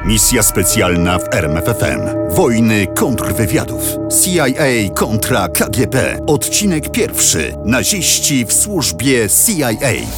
Misja specjalna w RMFFM. Wojny kontrwywiadów. CIA kontra KGB. Odcinek 1. Naziści w służbie CIA.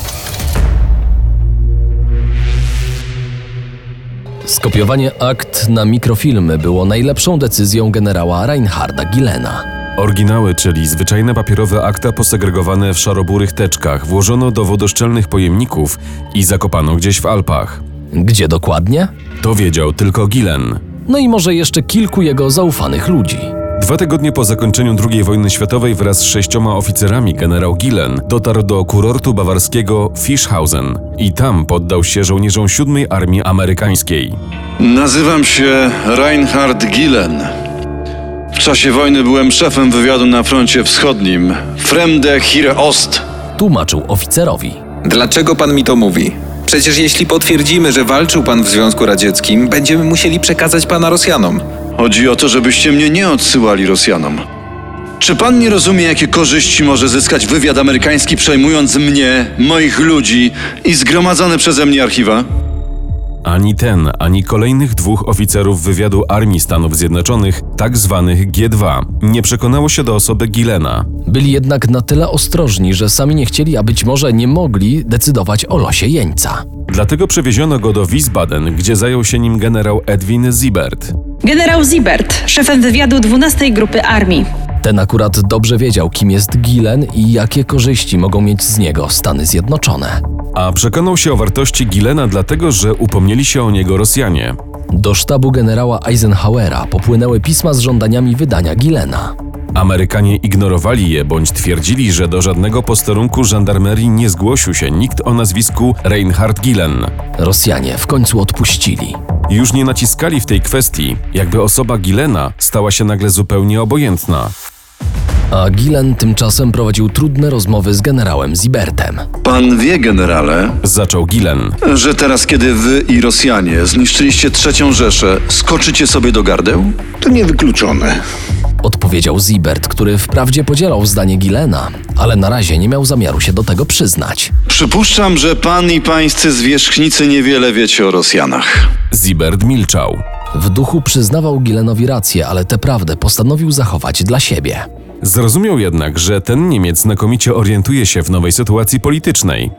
Skopiowanie akt na mikrofilmy było najlepszą decyzją generała Reinharda Gillena. Oryginały, czyli zwyczajne papierowe akta posegregowane w szaroburych teczkach, włożono do wodoszczelnych pojemników i zakopano gdzieś w Alpach. Gdzie dokładnie? To wiedział tylko Gillen. No i może jeszcze kilku jego zaufanych ludzi. 2 tygodnie po zakończeniu II wojny światowej wraz z 6 oficerami generał Gillen dotarł do kurortu bawarskiego Fischhausen i tam poddał się żołnierzom 7. Armii Amerykańskiej. Nazywam się Reinhard Gillen. W czasie wojny byłem szefem wywiadu na froncie wschodnim. Fremde Heere Ost. Tłumaczył oficerowi. Dlaczego pan mi to mówi? Przecież jeśli potwierdzimy, że walczył pan w Związku Radzieckim, będziemy musieli przekazać pana Rosjanom. Chodzi o to, żebyście mnie nie odsyłali Rosjanom. Czy pan nie rozumie, jakie korzyści może zyskać wywiad amerykański, przejmując mnie, moich ludzi i zgromadzone przeze mnie archiwa? Ani ten, ani kolejnych 2 oficerów wywiadu Armii Stanów Zjednoczonych, tak zwanych G2, nie przekonało się do osoby Gillena. Byli jednak na tyle ostrożni, że sami nie chcieli, a być może nie mogli decydować o losie jeńca. Dlatego przewieziono go do Wiesbaden, gdzie zajął się nim generał Edwin Siebert. Generał Siebert, szefem wywiadu 12 Grupy Armii. Ten akurat dobrze wiedział, kim jest Gillen i jakie korzyści mogą mieć z niego Stany Zjednoczone. A przekonał się o wartości Gillena dlatego, że upomnieli się o niego Rosjanie. Do sztabu generała Eisenhowera popłynęły pisma z żądaniami wydania Gillena. Amerykanie ignorowali je bądź twierdzili, że do żadnego posterunku żandarmerii nie zgłosił się nikt o nazwisku Reinhard Gillen. Rosjanie w końcu odpuścili. Już nie naciskali w tej kwestii, jakby osoba Gillena stała się nagle zupełnie obojętna. A Gillen tymczasem prowadził trudne rozmowy z generałem Siebertem. Pan wie, generale, Zaczął Gillen. że teraz, kiedy wy i Rosjanie zniszczyliście III Rzeszę, skoczycie sobie do gardeł? To niewykluczone. Odpowiedział Siebert, który wprawdzie podzielał zdanie Gillena, ale na razie nie miał zamiaru się do tego przyznać. Przypuszczam, że pan i pańscy zwierzchnicy niewiele wiecie o Rosjanach. Siebert milczał. W duchu przyznawał Gillenowi rację, ale tę prawdę postanowił zachować dla siebie. Zrozumiał jednak, że ten Niemiec znakomicie orientuje się w nowej sytuacji politycznej.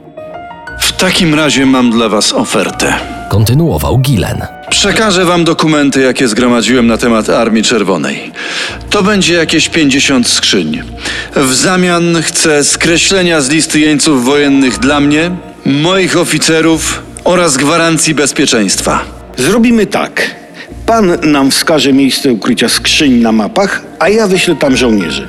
W takim razie mam dla was ofertę. Kontynuował Gillen. Przekażę wam dokumenty, jakie zgromadziłem na temat Armii Czerwonej. To będzie jakieś 50 skrzyń. W zamian chcę skreślenia z listy jeńców wojennych dla mnie, moich oficerów oraz gwarancji bezpieczeństwa. Zrobimy tak. Pan nam wskaże miejsce ukrycia skrzyń na mapach, a ja wyślę tam żołnierzy.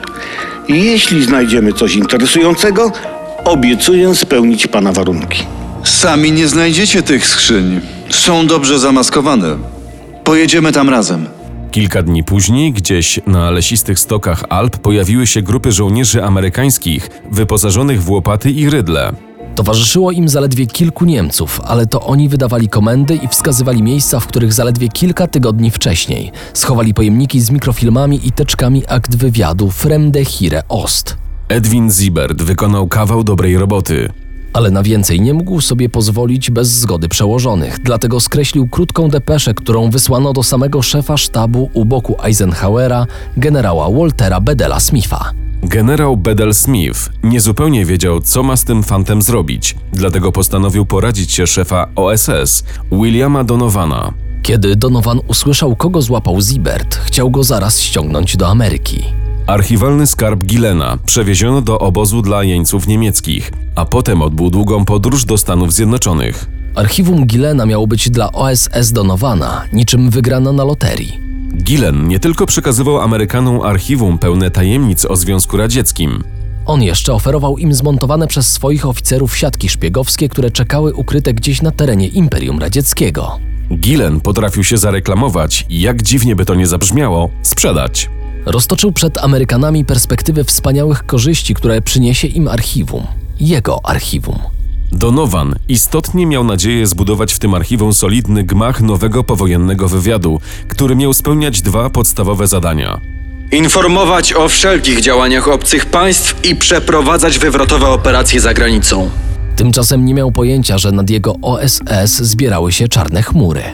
Jeśli znajdziemy coś interesującego, obiecuję spełnić pana warunki. Sami nie znajdziecie tych skrzyń. Są dobrze zamaskowane. Pojedziemy tam razem. Kilka dni później, gdzieś na lesistych stokach Alp, pojawiły się grupy żołnierzy amerykańskich, wyposażonych w łopaty i rydle. Towarzyszyło im zaledwie kilku Niemców, ale to oni wydawali komendy i wskazywali miejsca, w których zaledwie kilka tygodni wcześniej schowali pojemniki z mikrofilmami i teczkami akt wywiadu Fremde Heere Ost. Edwin Siebert wykonał kawał dobrej roboty. Ale na więcej nie mógł sobie pozwolić bez zgody przełożonych, dlatego skreślił krótką depeszę, którą wysłano do samego szefa sztabu u boku Eisenhowera, generała Waltera Bedella Smitha. Generał Bedell Smith niezupełnie wiedział, co ma z tym fantem zrobić, dlatego postanowił poradzić się szefa OSS, Williama Donovana. Kiedy Donovan usłyszał, kogo złapał Siebert, chciał go zaraz ściągnąć do Ameryki. Archiwalny skarb Gillena przewieziono do obozu dla jeńców niemieckich, a potem odbył długą podróż do Stanów Zjednoczonych. Archiwum Gillena miało być dla OSS Donovana niczym wygrana na loterii. Gillen nie tylko przekazywał Amerykanom archiwum pełne tajemnic o Związku Radzieckim. On jeszcze oferował im zmontowane przez swoich oficerów siatki szpiegowskie, które czekały ukryte gdzieś na terenie Imperium Radzieckiego. Gillen potrafił się zareklamować i, jak dziwnie by to nie zabrzmiało, sprzedać. Roztoczył przed Amerykanami perspektywy wspaniałych korzyści, które przyniesie im archiwum. Jego archiwum. Donovan istotnie miał nadzieję zbudować w tym archiwum solidny gmach nowego powojennego wywiadu, który miał spełniać 2 podstawowe zadania. Informować o wszelkich działaniach obcych państw i przeprowadzać wywrotowe operacje za granicą. Tymczasem nie miał pojęcia, że nad jego OSS zbierały się czarne chmury.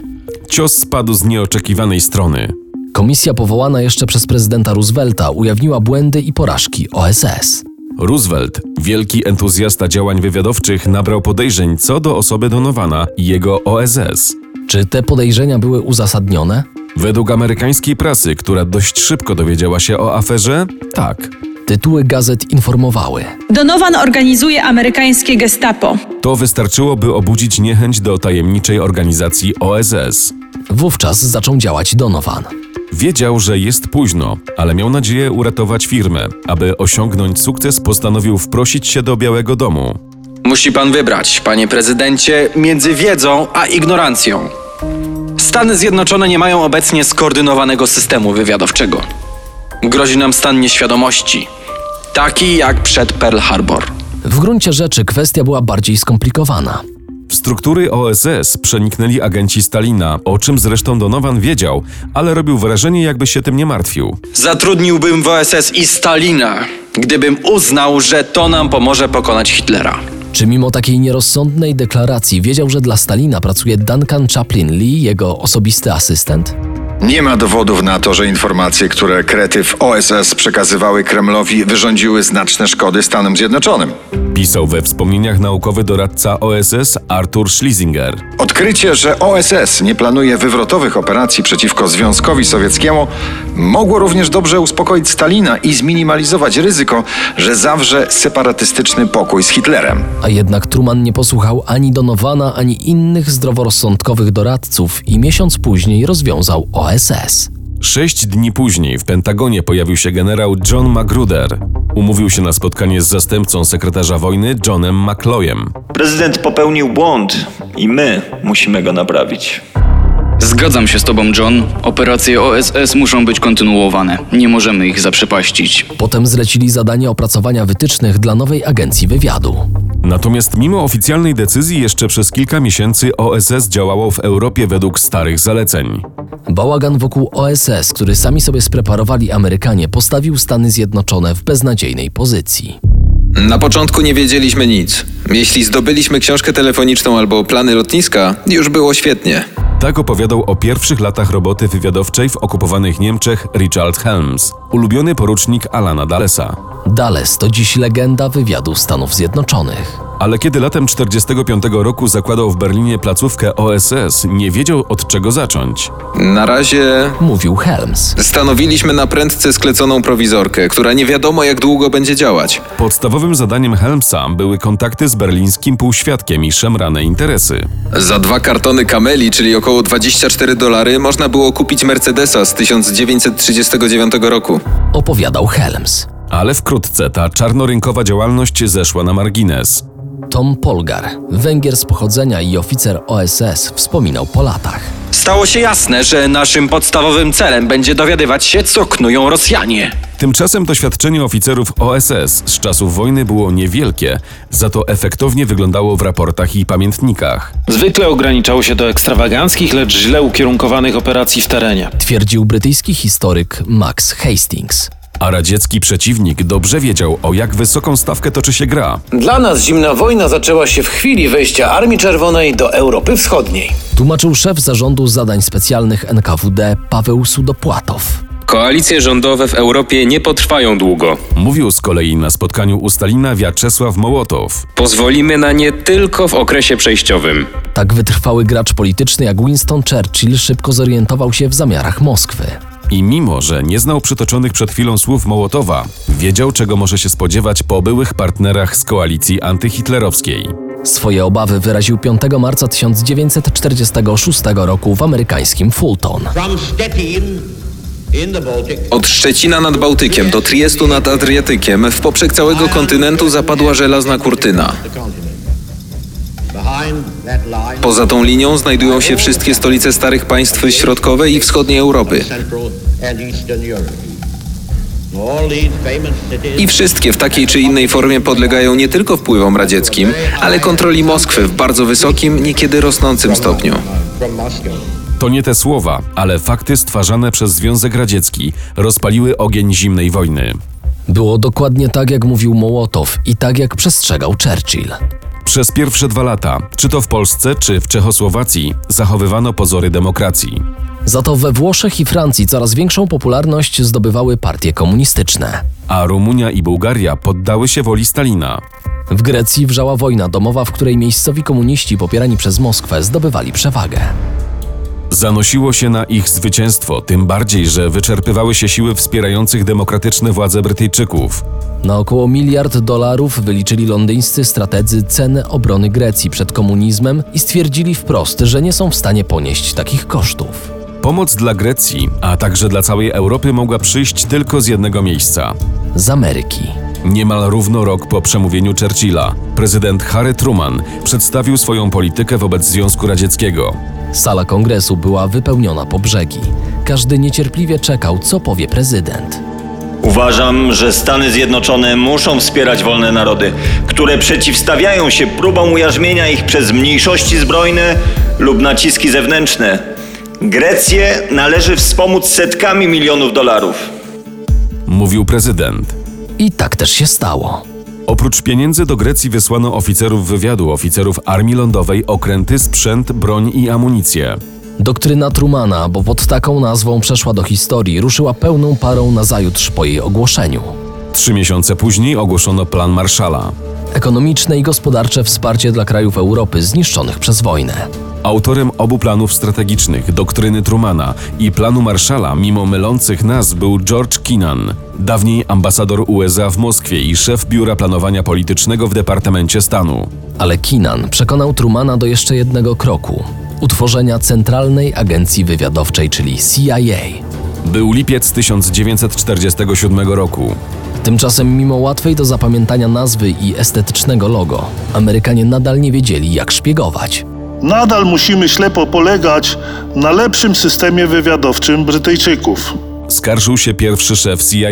Cios spadł z nieoczekiwanej strony. Komisja powołana jeszcze przez prezydenta Roosevelta ujawniła błędy i porażki OSS. Roosevelt, wielki entuzjasta działań wywiadowczych, nabrał podejrzeń co do osoby Donovana i jego OSS. Czy te podejrzenia były uzasadnione? Według amerykańskiej prasy, która dość szybko dowiedziała się o aferze, tak. Tytuły gazet informowały. Donovan organizuje amerykańskie gestapo. To wystarczyło, by obudzić niechęć do tajemniczej organizacji OSS. Wówczas zaczął działać Donovan. Wiedział, że jest późno, ale miał nadzieję uratować firmę. Aby osiągnąć sukces, postanowił wprosić się do Białego Domu. Musi pan wybrać, panie prezydencie, między wiedzą a ignorancją. Stany Zjednoczone nie mają obecnie skoordynowanego systemu wywiadowczego. Grozi nam stan nieświadomości, taki jak przed Pearl Harbor. W gruncie rzeczy kwestia była bardziej skomplikowana. W struktury OSS przeniknęli agenci Stalina, o czym zresztą Donovan wiedział, ale robił wrażenie, jakby się tym nie martwił. Zatrudniłbym w OSS i Stalina, gdybym uznał, że to nam pomoże pokonać Hitlera. Czy mimo takiej nierozsądnej deklaracji wiedział, że dla Stalina pracuje Duncan Chaplin Lee, jego osobisty asystent? Nie ma dowodów na to, że informacje, które krety w OSS przekazywały Kremlowi, wyrządziły znaczne szkody Stanom Zjednoczonym. Pisał we wspomnieniach naukowy doradca OSS Arthur Schlesinger. Odkrycie, że OSS nie planuje wywrotowych operacji przeciwko Związkowi Sowieckiemu, mogło również dobrze uspokoić Stalina i zminimalizować ryzyko, że zawrze separatystyczny pokój z Hitlerem. A jednak Truman nie posłuchał ani Donovana, ani innych zdroworozsądkowych doradców i miesiąc później rozwiązał OSS. 6 dni później w Pentagonie pojawił się generał John Magruder. Umówił się na spotkanie z zastępcą sekretarza wojny Johnem McCloyem. Prezydent popełnił błąd i my musimy go naprawić. Zgadzam się z tobą, John. Operacje OSS muszą być kontynuowane. Nie możemy ich zaprzepaścić. Potem zlecili zadanie opracowania wytycznych dla nowej agencji wywiadu. Natomiast mimo oficjalnej decyzji jeszcze przez kilka miesięcy OSS działało w Europie według starych zaleceń. Bałagan wokół OSS, który sami sobie spreparowali Amerykanie, postawił Stany Zjednoczone w beznadziejnej pozycji. Na początku nie wiedzieliśmy nic. Jeśli zdobyliśmy książkę telefoniczną albo plany lotniska, już było świetnie. Tak opowiadał o pierwszych latach roboty wywiadowczej w okupowanych Niemczech Richard Helms, ulubiony porucznik Alana Dullesa. Dulles to dziś legenda wywiadu Stanów Zjednoczonych. Ale kiedy latem 1945 roku zakładał w Berlinie placówkę OSS, nie wiedział od czego zacząć. Na razie, mówił Helms, stanowiliśmy na prędce skleconą prowizorkę, która nie wiadomo jak długo będzie działać. Podstawowym zadaniem Helmsa były kontakty z berlińskim półświadkiem i szemrane interesy. Za 2 kartony kameli, czyli około $24, można było kupić Mercedesa z 1939 roku. Opowiadał Helms. Ale wkrótce ta czarnorynkowa działalność zeszła na margines. Tom Polgar, Węgier z pochodzenia i oficer OSS, wspominał po latach. Stało się jasne, że naszym podstawowym celem będzie dowiadywać się, co knują Rosjanie. Tymczasem doświadczenie oficerów OSS z czasów wojny było niewielkie, za to efektownie wyglądało w raportach i pamiętnikach. Zwykle ograniczało się do ekstrawaganckich, lecz źle ukierunkowanych operacji w terenie, twierdził brytyjski historyk Max Hastings. A radziecki przeciwnik dobrze wiedział, o jak wysoką stawkę toczy się gra. Dla nas zimna wojna zaczęła się w chwili wejścia Armii Czerwonej do Europy Wschodniej. Tłumaczył szef Zarządu Zadań Specjalnych NKWD Paweł Sudopłatow. Koalicje rządowe w Europie nie potrwają długo. Mówił z kolei na spotkaniu u Stalina Wiaczesław Mołotow. Pozwolimy na nie tylko w okresie przejściowym. Tak wytrwały gracz polityczny jak Winston Churchill szybko zorientował się w zamiarach Moskwy. I mimo, że nie znał przytoczonych przed chwilą słów Mołotowa, wiedział, czego może się spodziewać po byłych partnerach z koalicji antyhitlerowskiej. Swoje obawy wyraził 5 marca 1946 roku w amerykańskim Fulton. Od Szczecina nad Bałtykiem do Triestu nad Adriatykiem w poprzek całego kontynentu zapadła żelazna kurtyna. Poza tą linią znajdują się wszystkie stolice starych państw środkowej i wschodniej Europy. I wszystkie w takiej czy innej formie podlegają nie tylko wpływom radzieckim, ale kontroli Moskwy w bardzo wysokim, niekiedy rosnącym stopniu. To nie te słowa, ale fakty stwarzane przez Związek Radziecki rozpaliły ogień zimnej wojny. Było dokładnie tak, jak mówił Mołotow i tak, jak przestrzegał Churchill. Przez pierwsze 2 lata, czy to w Polsce, czy w Czechosłowacji, zachowywano pozory demokracji. Za to we Włoszech i Francji coraz większą popularność zdobywały partie komunistyczne. A Rumunia i Bułgaria poddały się woli Stalina. W Grecji wrzała wojna domowa, w której miejscowi komuniści popierani przez Moskwę zdobywali przewagę. Zanosiło się na ich zwycięstwo, tym bardziej, że wyczerpywały się siły wspierających demokratyczne władze Brytyjczyków. Na około $1 miliard wyliczyli londyńscy strategzy cenę obrony Grecji przed komunizmem i stwierdzili wprost, że nie są w stanie ponieść takich kosztów. Pomoc dla Grecji, a także dla całej Europy mogła przyjść tylko z jednego miejsca. Z Ameryki. Niemal równo rok po przemówieniu Churchilla, prezydent Harry Truman przedstawił swoją politykę wobec Związku Radzieckiego. Sala kongresu była wypełniona po brzegi. Każdy niecierpliwie czekał, co powie prezydent. Uważam, że Stany Zjednoczone muszą wspierać wolne narody, które przeciwstawiają się próbom ujarzmienia ich przez mniejszości zbrojne lub naciski zewnętrzne. Grecję należy wspomóc setkami milionów dolarów. Mówił prezydent. I tak też się stało. Oprócz pieniędzy do Grecji wysłano oficerów wywiadu, oficerów Armii Lądowej, okręty, sprzęt, broń i amunicję. Doktryna Trumana, bo pod taką nazwą przeszła do historii, ruszyła pełną parą nazajutrz po jej ogłoszeniu. 3 miesiące później ogłoszono plan Marshalla. Ekonomiczne i gospodarcze wsparcie dla krajów Europy zniszczonych przez wojnę. Autorem obu planów strategicznych, doktryny Trumana i planu Marshalla, mimo mylących nazw, był George Kennan, dawniej ambasador USA w Moskwie i szef Biura Planowania Politycznego w Departamencie Stanu. Ale Kennan przekonał Trumana do jeszcze jednego kroku – utworzenia Centralnej Agencji Wywiadowczej, czyli CIA. Był lipiec 1947 roku. Tymczasem mimo łatwej do zapamiętania nazwy i estetycznego logo, Amerykanie nadal nie wiedzieli, jak szpiegować. Nadal musimy ślepo polegać na lepszym systemie wywiadowczym Brytyjczyków. Skarżył się pierwszy szef CIA.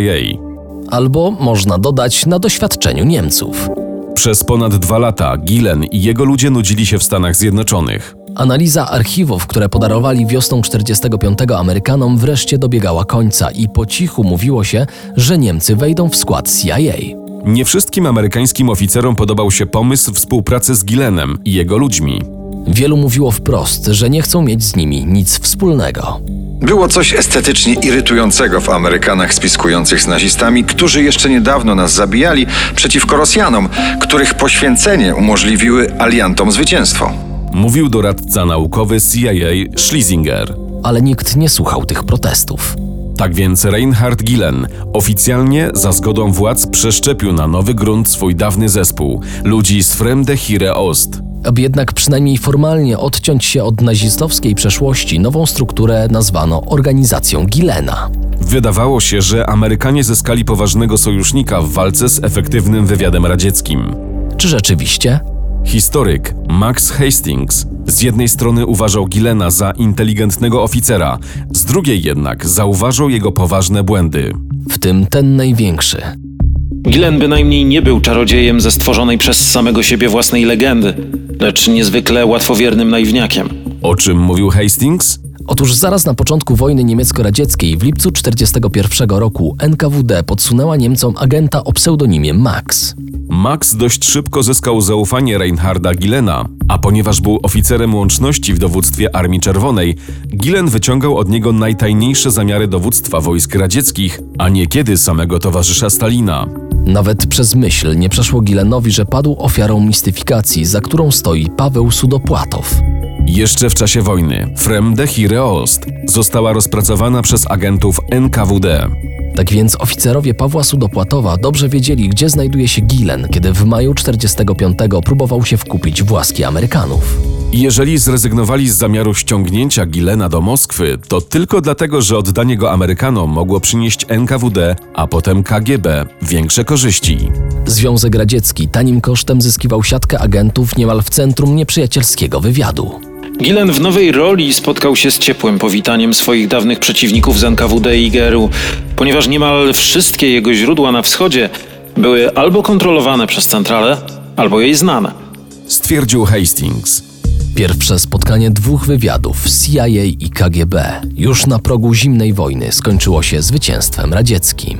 Albo można dodać na doświadczeniu Niemców. Przez ponad 2 lata Gillen i jego ludzie nudzili się w Stanach Zjednoczonych. Analiza archiwów, które podarowali wiosną 1945 Amerykanom, wreszcie dobiegała końca i po cichu mówiło się, że Niemcy wejdą w skład CIA. Nie wszystkim amerykańskim oficerom podobał się pomysł współpracy z Gillenem i jego ludźmi. Wielu mówiło wprost, że nie chcą mieć z nimi nic wspólnego. Było coś estetycznie irytującego w Amerykanach spiskujących z nazistami, którzy jeszcze niedawno nas zabijali, przeciwko Rosjanom, których poświęcenie umożliwiły aliantom zwycięstwo. Mówił doradca naukowy CIA Schlesinger. Ale nikt nie słuchał tych protestów. Tak więc Reinhard Gillen oficjalnie za zgodą władz przeszczepił na nowy grunt swój dawny zespół, ludzi z Fremde Heere Ost. Aby jednak przynajmniej formalnie odciąć się od nazistowskiej przeszłości, nową strukturę nazwano Organizacją Gillena. Wydawało się, że Amerykanie zyskali poważnego sojusznika w walce z efektywnym wywiadem radzieckim. Czy rzeczywiście? Historyk Max Hastings z jednej strony uważał Gillena za inteligentnego oficera, z drugiej jednak zauważył jego poważne błędy. W tym ten największy. Gillen bynajmniej nie był czarodziejem ze stworzonej przez samego siebie własnej legendy, lecz niezwykle łatwowiernym naiwniakiem. O czym mówił Hastings? Otóż zaraz na początku wojny niemiecko-radzieckiej w lipcu 1941 roku NKWD podsunęła Niemcom agenta o pseudonimie Max. Max dość szybko zyskał zaufanie Reinharda Gillena, a ponieważ był oficerem łączności w dowództwie Armii Czerwonej, Gillen wyciągał od niego najtajniejsze zamiary dowództwa wojsk radzieckich, a niekiedy samego towarzysza Stalina. Nawet przez myśl nie przeszło Gillenowi, że padł ofiarą mistyfikacji, za którą stoi Paweł Sudopłatow. Jeszcze w czasie wojny Fremde Heere Ost została rozpracowana przez agentów NKWD. Tak więc oficerowie Pawła Sudopłatowa dobrze wiedzieli, gdzie znajduje się Gillen, kiedy w maju 1945 próbował się wkupić w łaski Amerykanów. Jeżeli zrezygnowali z zamiaru ściągnięcia Gillena do Moskwy, to tylko dlatego, że oddanie go Amerykanom mogło przynieść NKWD, a potem KGB większe korzyści. Związek Radziecki tanim kosztem zyskiwał siatkę agentów niemal w centrum nieprzyjacielskiego wywiadu. Gillen w nowej roli spotkał się z ciepłym powitaniem swoich dawnych przeciwników z NKWD i GRU, ponieważ niemal wszystkie jego źródła na wschodzie były albo kontrolowane przez centralę, albo jej znane. Stwierdził Hastings. Pierwsze spotkanie dwóch wywiadów, CIA i KGB, już na progu zimnej wojny skończyło się zwycięstwem radzieckim.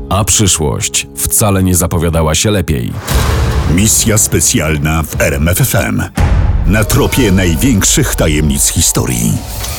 A przyszłość wcale nie zapowiadała się lepiej. Misja specjalna w RMFFM. Na tropie największych tajemnic historii.